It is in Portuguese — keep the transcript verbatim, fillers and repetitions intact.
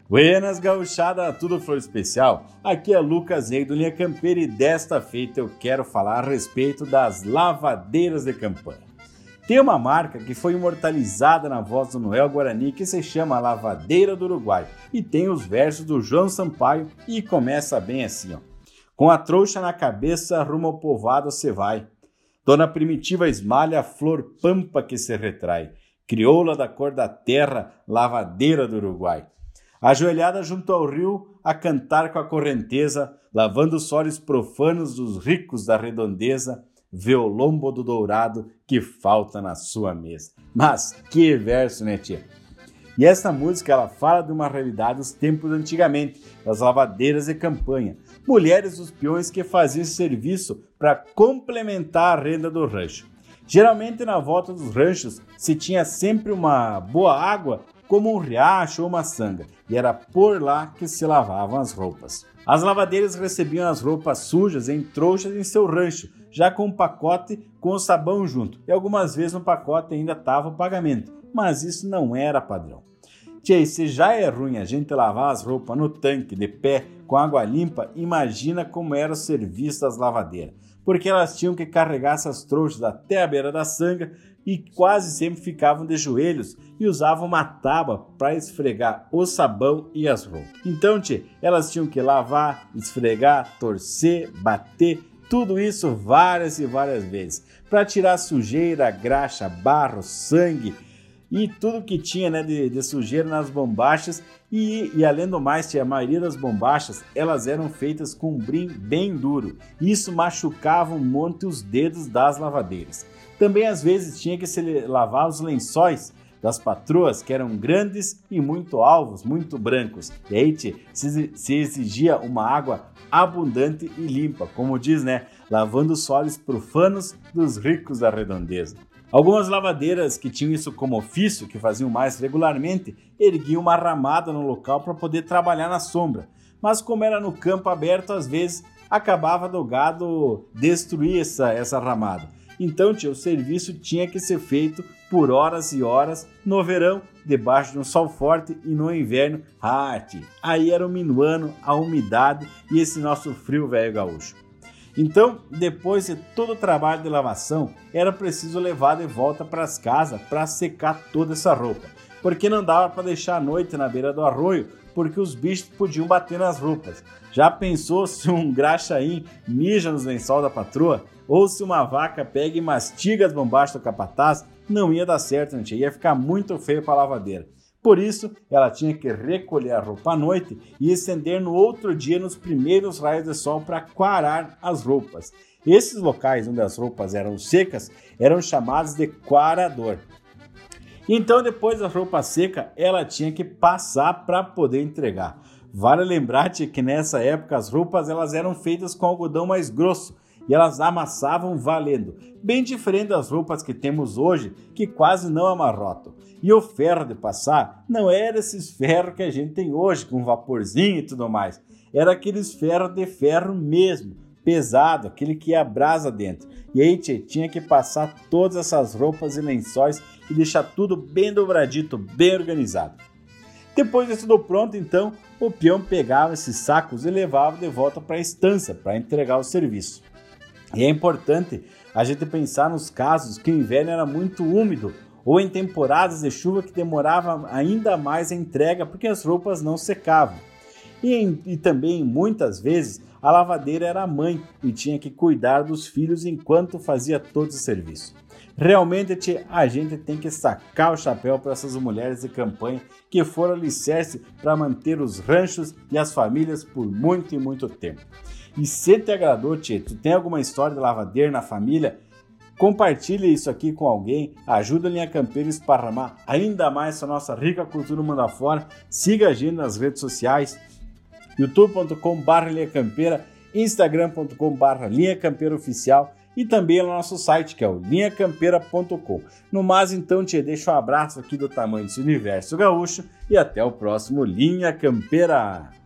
Buenas, gauchada, tudo flor especial? Aqui é Lucas Rey do Linha Campeira e desta feita eu quero falar a respeito das lavadeiras de campanha. Tem uma marca que foi imortalizada na voz do Noel Guarani que se chama Lavadeira do Uruguai e tem os versos do João Sampaio e começa bem assim, ó. Com a trouxa na cabeça, rumo ao povoado cê vai. Dona Primitiva esmalha a flor pampa que se retrai. Crioula da cor da terra, lavadeira do Uruguai. Ajoelhada junto ao rio, a cantar com a correnteza, lavando os soles profanos dos ricos da redondeza, vê o lombo do dourado que falta na sua mesa. Mas que verso, né, tia? E essa música, ela fala de uma realidade dos tempos antigamente, das lavadeiras de campanha, mulheres dos peões que faziam esse serviço para complementar a renda do rancho. Geralmente, na volta dos ranchos, se tinha sempre uma boa água, como um riacho ou uma sanga, e era por lá que se lavavam as roupas. As lavadeiras recebiam as roupas sujas em trouxas em seu rancho, já com um pacote com o sabão junto, e algumas vezes no pacote ainda estava o pagamento, mas isso não era padrão. Tchê, se já é ruim a gente lavar as roupas no tanque, de pé, com água limpa, imagina como era o serviço das lavadeiras, porque elas tinham que carregar essas trouxas até a beira da sanga e quase sempre ficavam de joelhos e usavam uma tábua para esfregar o sabão e as roupas. Então, tchê, elas tinham que lavar, esfregar, torcer, bater, tudo isso várias e várias vezes, para tirar sujeira, graxa, barro, sangue e tudo que tinha, né, de, de sujeira nas bombachas. E, e além do mais, tia, a maioria das bombachas elas eram feitas com um brim bem duro. Isso machucava um monte os dedos das lavadeiras. Também às vezes tinha que se lavar os lençóis das patroas, que eram grandes e muito alvos, muito brancos. E aí tia, se, se exigia uma água abundante e limpa, como diz, né, lavando os soles profanos dos ricos da redondeza. Algumas lavadeiras que tinham isso como ofício, que faziam mais regularmente, erguiam uma ramada no local para poder trabalhar na sombra. Mas como era no campo aberto, às vezes acabava do gado destruir essa, essa ramada. Então, tia, o serviço tinha que ser feito por horas e horas no verão, debaixo de um sol forte, e no inverno, ah, tia, aí era o minuano, a umidade e esse nosso frio velho gaúcho. Então, depois de todo o trabalho de lavação, era preciso levar de volta para as casas para secar toda essa roupa, porque não dava para deixar a noite na beira do arroio, porque os bichos podiam bater nas roupas. Já pensou se um graxaim mija nos lençol da patroa? Ou se uma vaca pega e mastiga as bombachas do capataz? Não ia dar certo, né? Ia ficar muito feio para a lavadeira. Por isso, ela tinha que recolher a roupa à noite e estender no outro dia nos primeiros raios de sol para quarar as roupas. Esses locais onde as roupas eram secas eram chamados de quarador. Então, depois da roupa seca, ela tinha que passar para poder entregar. Vale lembrar que nessa época as roupas elas eram feitas com algodão mais grosso e elas amassavam valendo, bem diferente das roupas que temos hoje, que quase não amarrotam. E o ferro de passar não era esses ferros que a gente tem hoje, com vaporzinho e tudo mais. Era aqueles ferros de ferro mesmo, pesado, aquele que ia brasa dentro. E aí tchê, tinha que passar todas essas roupas e lençóis e deixar tudo bem dobradito, bem organizado. Depois de tudo pronto, então, o peão pegava esses sacos e levava de volta para a estância para entregar o serviço. E é importante a gente pensar nos casos que o inverno era muito úmido ou em temporadas de chuva que demorava ainda mais a entrega porque as roupas não secavam. E, em, e também, muitas vezes, a lavadeira era a mãe e tinha que cuidar dos filhos enquanto fazia todo o serviço. Realmente, a gente tem que sacar o chapéu para essas mulheres de campanha que foram alicerce para manter os ranchos e as famílias por muito e muito tempo. E se te agradou, tchê, tu tem alguma história de lavadeira na família? Compartilhe isso aqui com alguém, ajuda a Linha Campeira a esparramar ainda mais essa nossa rica cultura mundo afora. Siga a gente nas redes sociais, youtube ponto com barra linha campeira, instagram ponto com barra linha campeira oficial e também no nosso site, que é o linha campeira ponto com. No mais, então, te deixo um abraço aqui do tamanho desse universo gaúcho e até o próximo Linha Campeira!